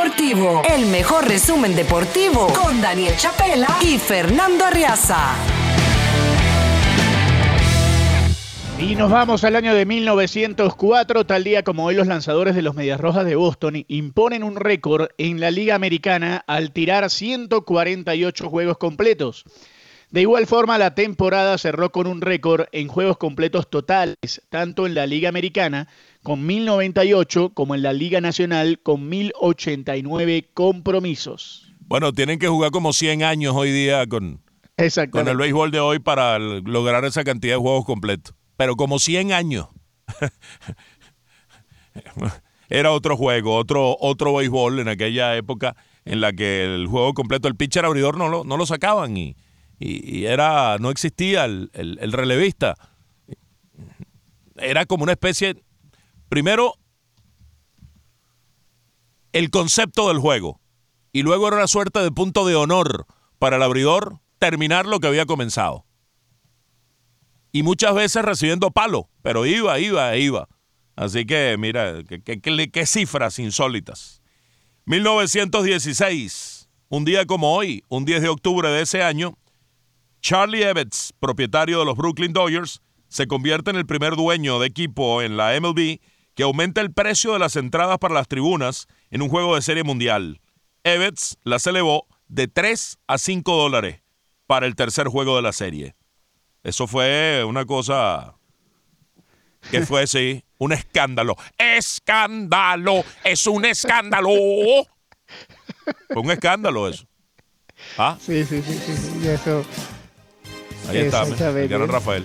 Deportivo, el mejor resumen deportivo con Daniel Chapela y Fernando Arriaza. Y nos vamos al año de 1904, tal día como hoy los lanzadores de los Medias Rojas de Boston imponen un récord en la Liga Americana al tirar 148 juegos completos. De igual forma, la temporada cerró con un récord en juegos completos totales, tanto en la Liga Americana con 1098 como en la Liga Nacional con 1089 compromisos. Bueno, tienen que jugar como 100 años hoy día con el béisbol de hoy para lograr esa cantidad de juegos completos. Pero como 100 años. Era otro juego, otro béisbol en aquella época en la que el juego completo, el pitcher abridor no lo sacaban y no existía el relevista. Era como una especie, primero, el concepto del juego, y luego era una suerte de punto de honor para el abridor terminar lo que había comenzado. Y muchas veces recibiendo palo, pero iba. Así que, mira, qué cifras insólitas. 1916, un día como hoy, un 10 de octubre de ese año, Charlie Ebbets, propietario de los Brooklyn Dodgers, se convierte en el primer dueño de equipo en la MLB que aumenta el precio de las entradas para las tribunas en un juego de serie mundial. Ebbets las elevó de $3 a $5 para el tercer juego de la serie. Eso fue una cosa que fue, sí, un escándalo. ¡Escándalo! ¡Es un escándalo! Fue un escándalo eso. ¿Ah? Sí, eso. Ahí está, el gran Rafael.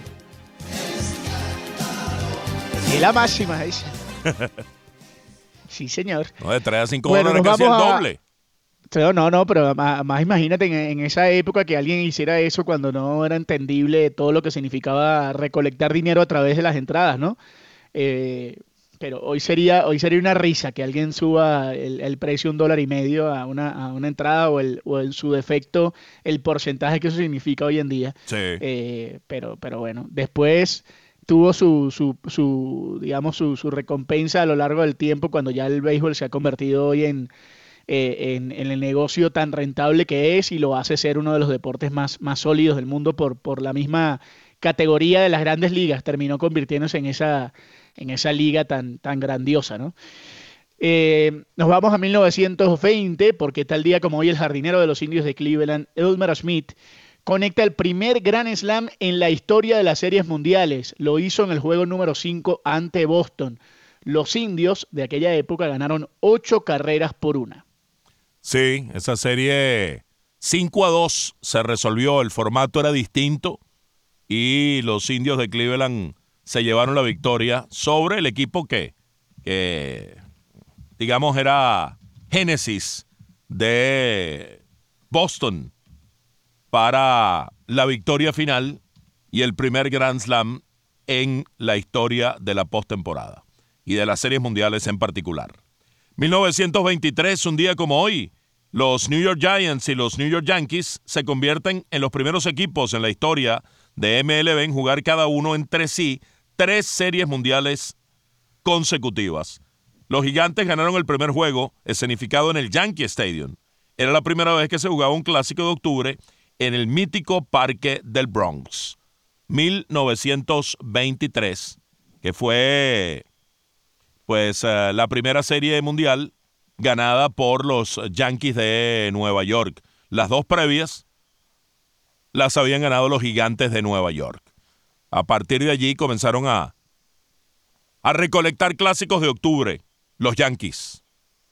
Y la máxima esa. Sí, señor. No, de $3 a $5 casi el doble. No, pero más imagínate en esa época que alguien hiciera eso cuando no era entendible todo lo que significaba recolectar dinero a través de las entradas, ¿no? Pero hoy sería una risa que alguien suba el precio $1.50 a una entrada o en su defecto el porcentaje que eso significa hoy en día. Sí. Pero bueno, después tuvo su recompensa a lo largo del tiempo cuando ya el béisbol se ha convertido hoy en el negocio tan rentable que es y lo hace ser uno de los deportes más sólidos del mundo por la misma categoría de las grandes ligas. Terminó convirtiéndose en esa liga tan grandiosa, ¿no? Nos vamos a 1920 porque tal día como hoy el jardinero de los Indios de Cleveland, Elmer Smith, conecta el primer Grand Slam en la historia de las series mundiales. Lo hizo en el juego número 5 ante Boston. Los Indios de aquella época ganaron 8 carreras por 1. Sí, esa serie 5-2 se resolvió, el formato era distinto y los Indios de Cleveland se llevaron la victoria sobre el equipo que digamos era génesis de Boston para la victoria final y el primer Grand Slam en la historia de la postemporada y de las series mundiales en particular. 1923, un día como hoy, los New York Giants y los New York Yankees se convierten en los primeros equipos en la historia de MLB en jugar cada uno entre sí 3 series mundiales consecutivas. Los Gigantes ganaron el primer juego escenificado en el Yankee Stadium. Era la primera vez que se jugaba un clásico de octubre en el mítico Parque del Bronx. 1923, que fue la primera serie mundial ganada por los Yankees de Nueva York. Las 2 previas las habían ganado los Gigantes de Nueva York. A partir de allí comenzaron a recolectar clásicos de octubre los Yankees.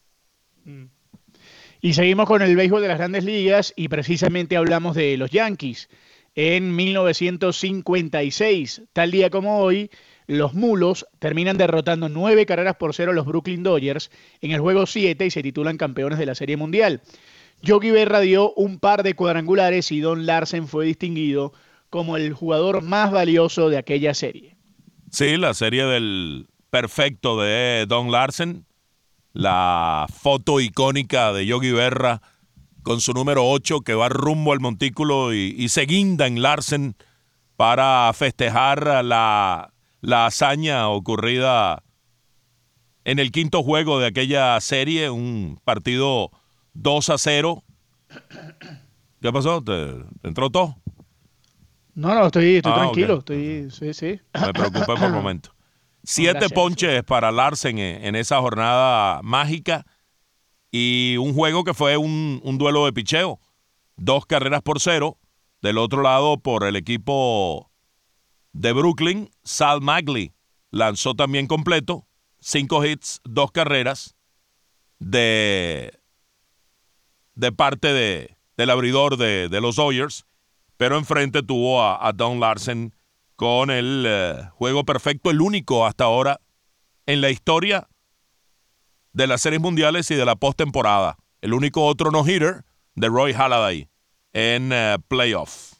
Y seguimos con el béisbol de las grandes ligas y precisamente hablamos de los Yankees. En 1956, tal día como hoy, los Mulos terminan derrotando 9 carreras por 0 a los Brooklyn Dodgers en el juego 7 y se titulan campeones de la Serie Mundial. Yogi Berra dio un par de cuadrangulares y Don Larsen fue distinguido como el jugador más valioso de aquella serie. Sí, la serie del perfecto de Don Larsen, la foto icónica de Yogi Berra con su número 8 que va rumbo al montículo y se guinda en Larsen para festejar la hazaña ocurrida en el quinto juego de aquella serie, un partido 2-0. ¿Qué pasó? ¿Te entró todo? No, estoy tranquilo. Okay. Sí. Me preocupé por el momento. 7 ponches para Larsen en esa jornada mágica y un juego que fue un duelo de picheo. 2 carreras por 0. Del otro lado, por el equipo de Brooklyn, Sal Maglie lanzó también completo. 5 hits, 2 carreras de parte del abridor de los Dodgers, pero enfrente tuvo a Don Larsen con el juego perfecto, el único hasta ahora en la historia de las series mundiales y de la postemporada. El único otro no-hitter de Roy Halladay en playoff.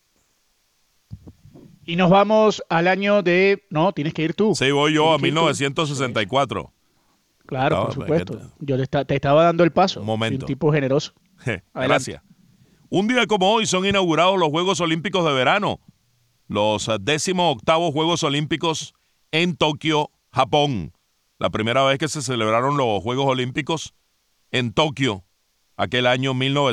Y nos vamos al año de... No, tienes que ir tú. Sí, voy yo a 1964. Claro, por supuesto. Yo te estaba dando el paso. Un momento. Un tipo generoso. Gracias. Un día como hoy son inaugurados los Juegos Olímpicos de Verano. Los 18º Juegos Olímpicos en Tokio, Japón. La primera vez que se celebraron los Juegos Olímpicos en Tokio, aquel año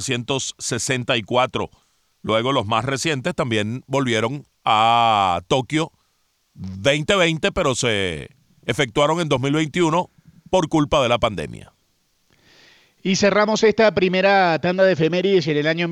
1964. Luego los más recientes también volvieron a Tokio 2020, pero se efectuaron en 2021 por culpa de la pandemia. Y cerramos esta primera tanda de efemérides en el año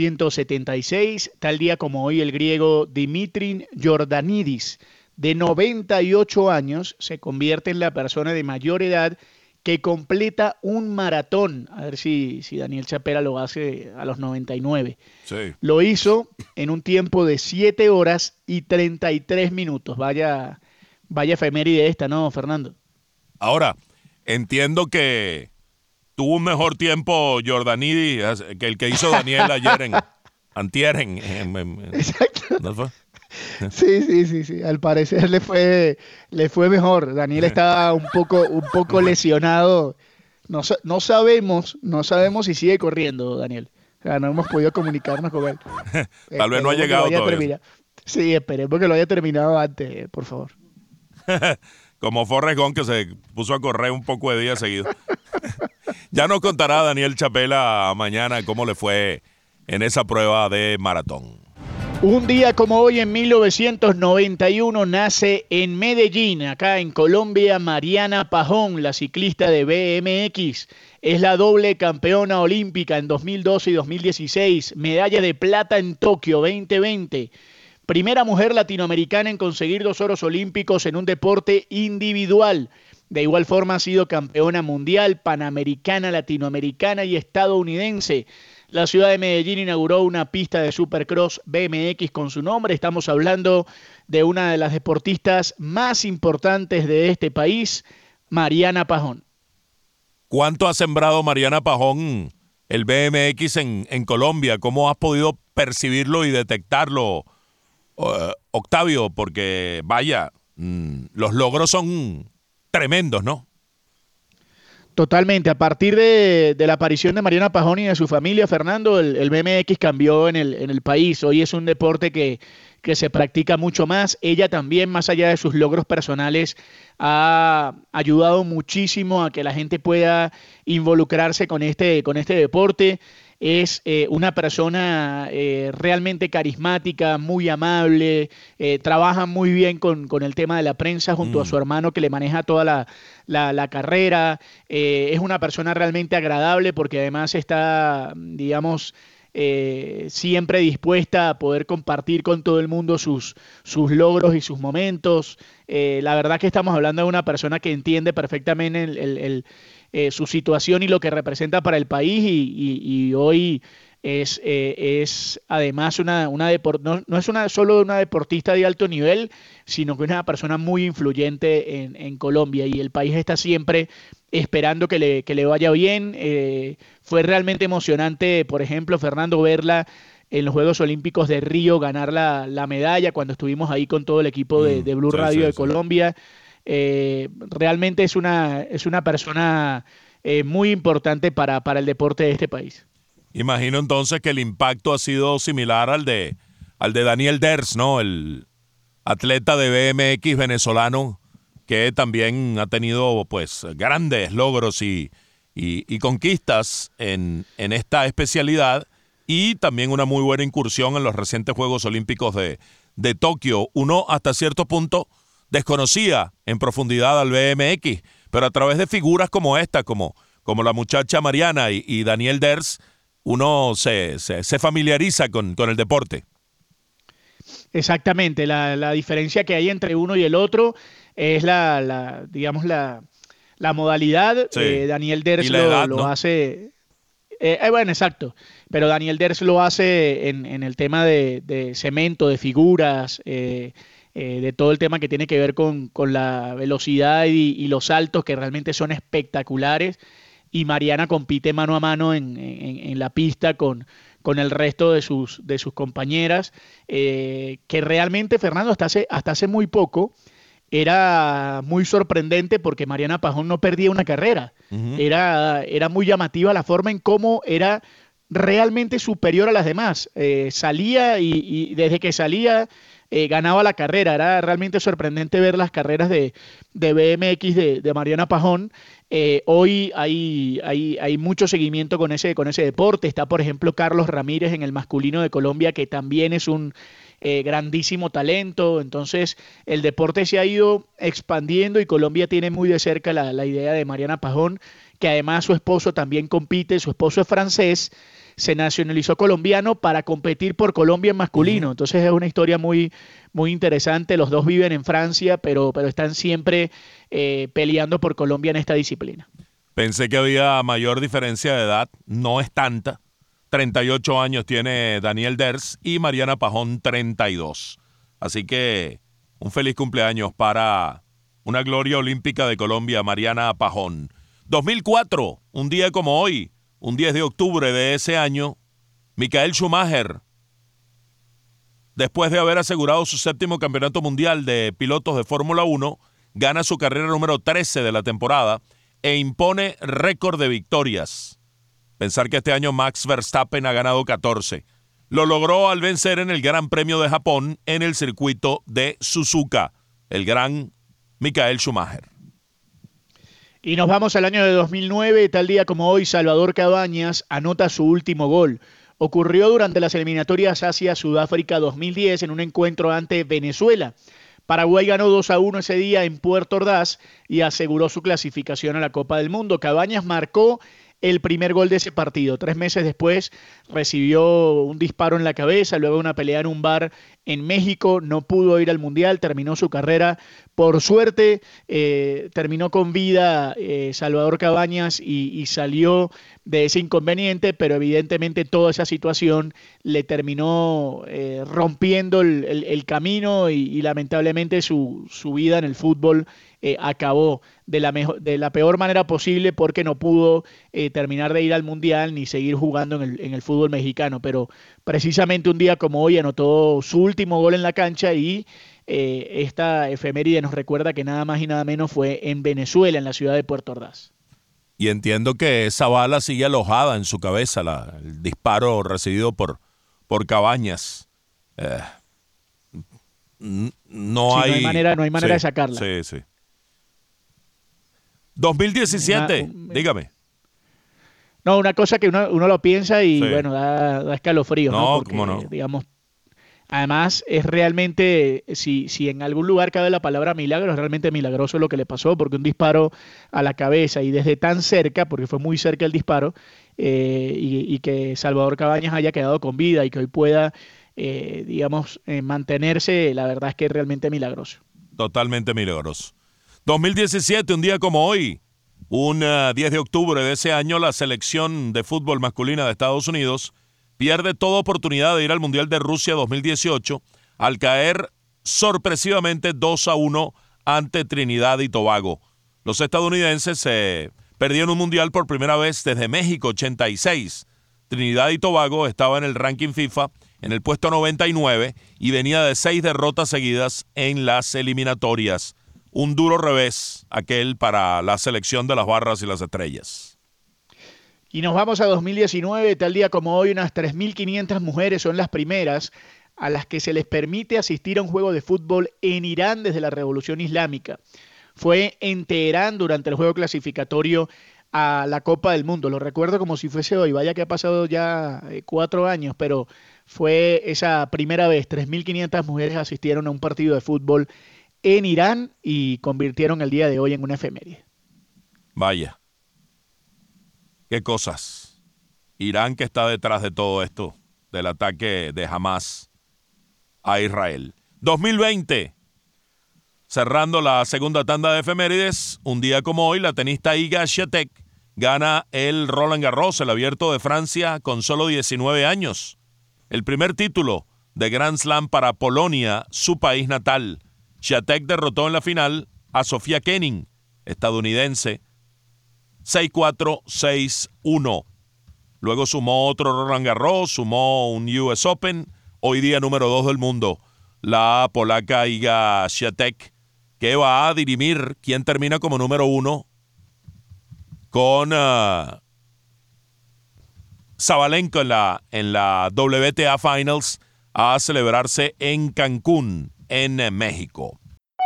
1976. Tal día como hoy, el griego Dimitri Jordanidis, de 98 años, se convierte en la persona de mayor edad que completa un maratón. A ver si Daniel Chapela lo hace a los 99. Sí. Lo hizo en un tiempo de 7 horas y 33 minutos. Vaya efeméride esta, ¿no, Fernando? Ahora, entiendo que tuvo un mejor tiempo Jordanidis que el que hizo Daniel ayer antier. Exacto. ¿No fue? Sí. Al parecer le fue mejor. Daniel estaba un poco lesionado. No sabemos si sigue corriendo, Daniel. O sea, no hemos podido comunicarnos con él. Tal vez no ha llegado todavía. Sí, esperemos que lo haya terminado antes, por favor. Como Forrest Gump, que se puso a correr un poco de días seguidos. Ya nos contará Daniel Chapela mañana cómo le fue en esa prueba de maratón. Un día como hoy, en 1991, nace en Medellín, acá en Colombia, Mariana Pajón, la ciclista de BMX. Es la doble campeona olímpica en 2012 y 2016, medalla de plata en Tokio 2020. Primera mujer latinoamericana en conseguir 2 oros olímpicos en un deporte individual. De igual forma ha sido campeona mundial, panamericana, latinoamericana y estadounidense. La ciudad de Medellín inauguró una pista de Supercross BMX con su nombre. Estamos hablando de una de las deportistas más importantes de este país, Mariana Pajón. ¿Cuánto ha sembrado Mariana Pajón el BMX en Colombia? ¿Cómo has podido percibirlo y detectarlo, Octavio? Porque, vaya, los logros son tremendos, ¿no? Totalmente. A partir de la aparición de Mariana Pajón y de su familia, Fernando, el BMX cambió en el país. Hoy es un deporte que se practica mucho más. Ella también, más allá de sus logros personales, ha ayudado muchísimo a que la gente pueda involucrarse con este deporte. Es una persona realmente carismática, muy amable, trabaja muy bien con el tema de la prensa junto a su hermano que le maneja toda la carrera. Es una persona realmente agradable porque además está, digamos, siempre dispuesta a poder compartir con todo el mundo sus logros y sus momentos. La verdad que estamos hablando de una persona que entiende perfectamente su situación y lo que representa para el país y hoy es además no es solo una deportista de alto nivel, sino que es una persona muy influyente en Colombia y el país está siempre esperando que le vaya bien. Fue realmente emocionante, por ejemplo, Fernando, verla en los Juegos Olímpicos de Río, ganar la medalla cuando estuvimos ahí con todo el equipo de Blue Radio de Colombia. Realmente es una persona muy importante para el deporte de este país. Imagino entonces que el impacto ha sido similar al de Daniel Ders, ¿no? El atleta de BMX venezolano que también ha tenido pues grandes logros y conquistas en esta especialidad, y también una muy buena incursión en los recientes Juegos Olímpicos de Tokio. Uno hasta cierto punto desconocía en profundidad al BMX, pero a través de figuras como esta, como la muchacha Mariana y Daniel Ders, uno se familiariza con el deporte. Exactamente, la diferencia que hay entre uno y el otro es digamos, la modalidad. Sí. Daniel Ders Y la edad, lo ¿no? hace. Bueno, exacto. Pero Daniel Ders lo hace en el tema de cemento, de figuras, de todo el tema que tiene que ver con la velocidad y los saltos, que realmente son espectaculares. Y Mariana compite mano a mano en la pista con el resto de sus compañeras, que realmente, Fernando, hasta hace muy poco era muy sorprendente porque Mariana Pajón no perdía una carrera. Uh-huh. Era muy llamativa la forma en cómo era realmente superior a las demás. Salía y desde que salía ganaba la carrera. Era realmente sorprendente ver las carreras de BMX de Mariana Pajón. Hoy hay mucho seguimiento con ese deporte. Está, por ejemplo, Carlos Ramírez en el masculino de Colombia, que también es un grandísimo talento. Entonces el deporte se ha ido expandiendo y Colombia tiene muy de cerca la idea de Mariana Pajón, que además su esposo también compite. Su esposo es francés, se nacionalizó colombiano para competir por Colombia en masculino. Entonces es una historia muy, muy interesante. Los dos viven en Francia, pero están siempre peleando por Colombia en esta disciplina. Pensé que había mayor diferencia de edad, no es tanta. 38 años tiene Daniel Ders y Mariana Pajón 32. Así que un feliz cumpleaños para una gloria olímpica de Colombia, Mariana Pajón. 2004, un día como hoy, un 10 de octubre de ese año, Michael Schumacher, después de haber asegurado su 7º campeonato mundial de pilotos de Fórmula 1, gana su carrera número 13 de la temporada e impone récord de victorias. Pensar que este año Max Verstappen ha ganado 14. Lo logró al vencer en el Gran Premio de Japón en el circuito de Suzuka, el gran Michael Schumacher. Y nos vamos al año de 2009, tal día como hoy, Salvador Cabañas anota su último gol. Ocurrió durante las eliminatorias hacia Sudáfrica 2010 en un encuentro ante Venezuela. Paraguay ganó 2-1 ese día en Puerto Ordaz y aseguró su clasificación a la Copa del Mundo. Cabañas marcó el primer gol de ese partido. 3 meses después recibió un disparo en la cabeza, luego una pelea en un bar en México, no pudo ir al Mundial, terminó su carrera. Por suerte, terminó con vida Salvador Cabañas y salió de ese inconveniente, pero evidentemente toda esa situación le terminó rompiendo el camino y lamentablemente su vida en el fútbol acabó de la peor manera posible, porque no pudo terminar de ir al Mundial ni seguir jugando en el fútbol mexicano. Pero precisamente un día como hoy anotó su último gol en la cancha y esta efeméride nos recuerda que nada más y nada menos fue en Venezuela, en la ciudad de Puerto Ordaz. Y entiendo que esa bala sigue alojada en su cabeza, el disparo recibido por Cabañas. No hay manera de sacarla. Sí. 2017, dígame. No, una cosa que uno lo piensa y bueno, da escalofrío, ¿no? Porque, cómo no. digamos, además es realmente, si en algún lugar cabe la palabra milagro, es realmente milagroso lo que le pasó, porque un disparo a la cabeza y desde tan cerca, porque fue muy cerca el disparo, y que Salvador Cabañas haya quedado con vida y que hoy pueda, mantenerse, la verdad es que es realmente milagroso. Totalmente milagroso. 2017, un día como hoy, un 10 de octubre de ese año, la selección de fútbol masculina de Estados Unidos pierde toda oportunidad de ir al Mundial de Rusia 2018 al caer sorpresivamente 2-1 ante Trinidad y Tobago. Los estadounidenses perdieron un Mundial por primera vez desde México 86. Trinidad y Tobago estaba en el ranking FIFA en el puesto 99 y venía de 6 derrotas seguidas en las eliminatorias. Un duro revés aquel para la selección de las barras y las estrellas. Y nos vamos a 2019, tal día como hoy, unas 3.500 mujeres son las primeras a las que se les permite asistir a un juego de fútbol en Irán desde la Revolución Islámica. fue en Teherán durante el juego clasificatorio a la Copa del Mundo. Lo recuerdo como si fuese hoy, vaya que ha pasado ya 4 años, pero fue esa primera vez. 3.500 mujeres asistieron a un partido de fútbol en Irán y convirtieron el día de hoy en una efeméride. Vaya. Qué cosas. Irán, que está detrás de todo esto, del ataque de Hamas a Israel. 2020. Cerrando la segunda tanda de efemérides, un día como hoy, la tenista Iga Swiatek gana el Roland Garros, el Abierto de Francia, con solo 19 años. El primer título de Grand Slam para Polonia, su país natal. Swiatek derrotó en la final a Sofía Kenin, estadounidense, 6-4, 6-1. Luego sumó otro Roland Garros, sumó un US Open, hoy día número 2 del mundo, la polaca Iga Swiatek, que va a dirimir quién termina como número 1 con Sabalenka en la WTA Finals a celebrarse en Cancún, en México.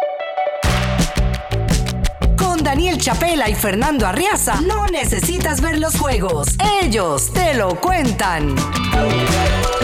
Con Daniel Chapela y Fernando Arriaza no necesitas ver los juegos, ellos te lo cuentan.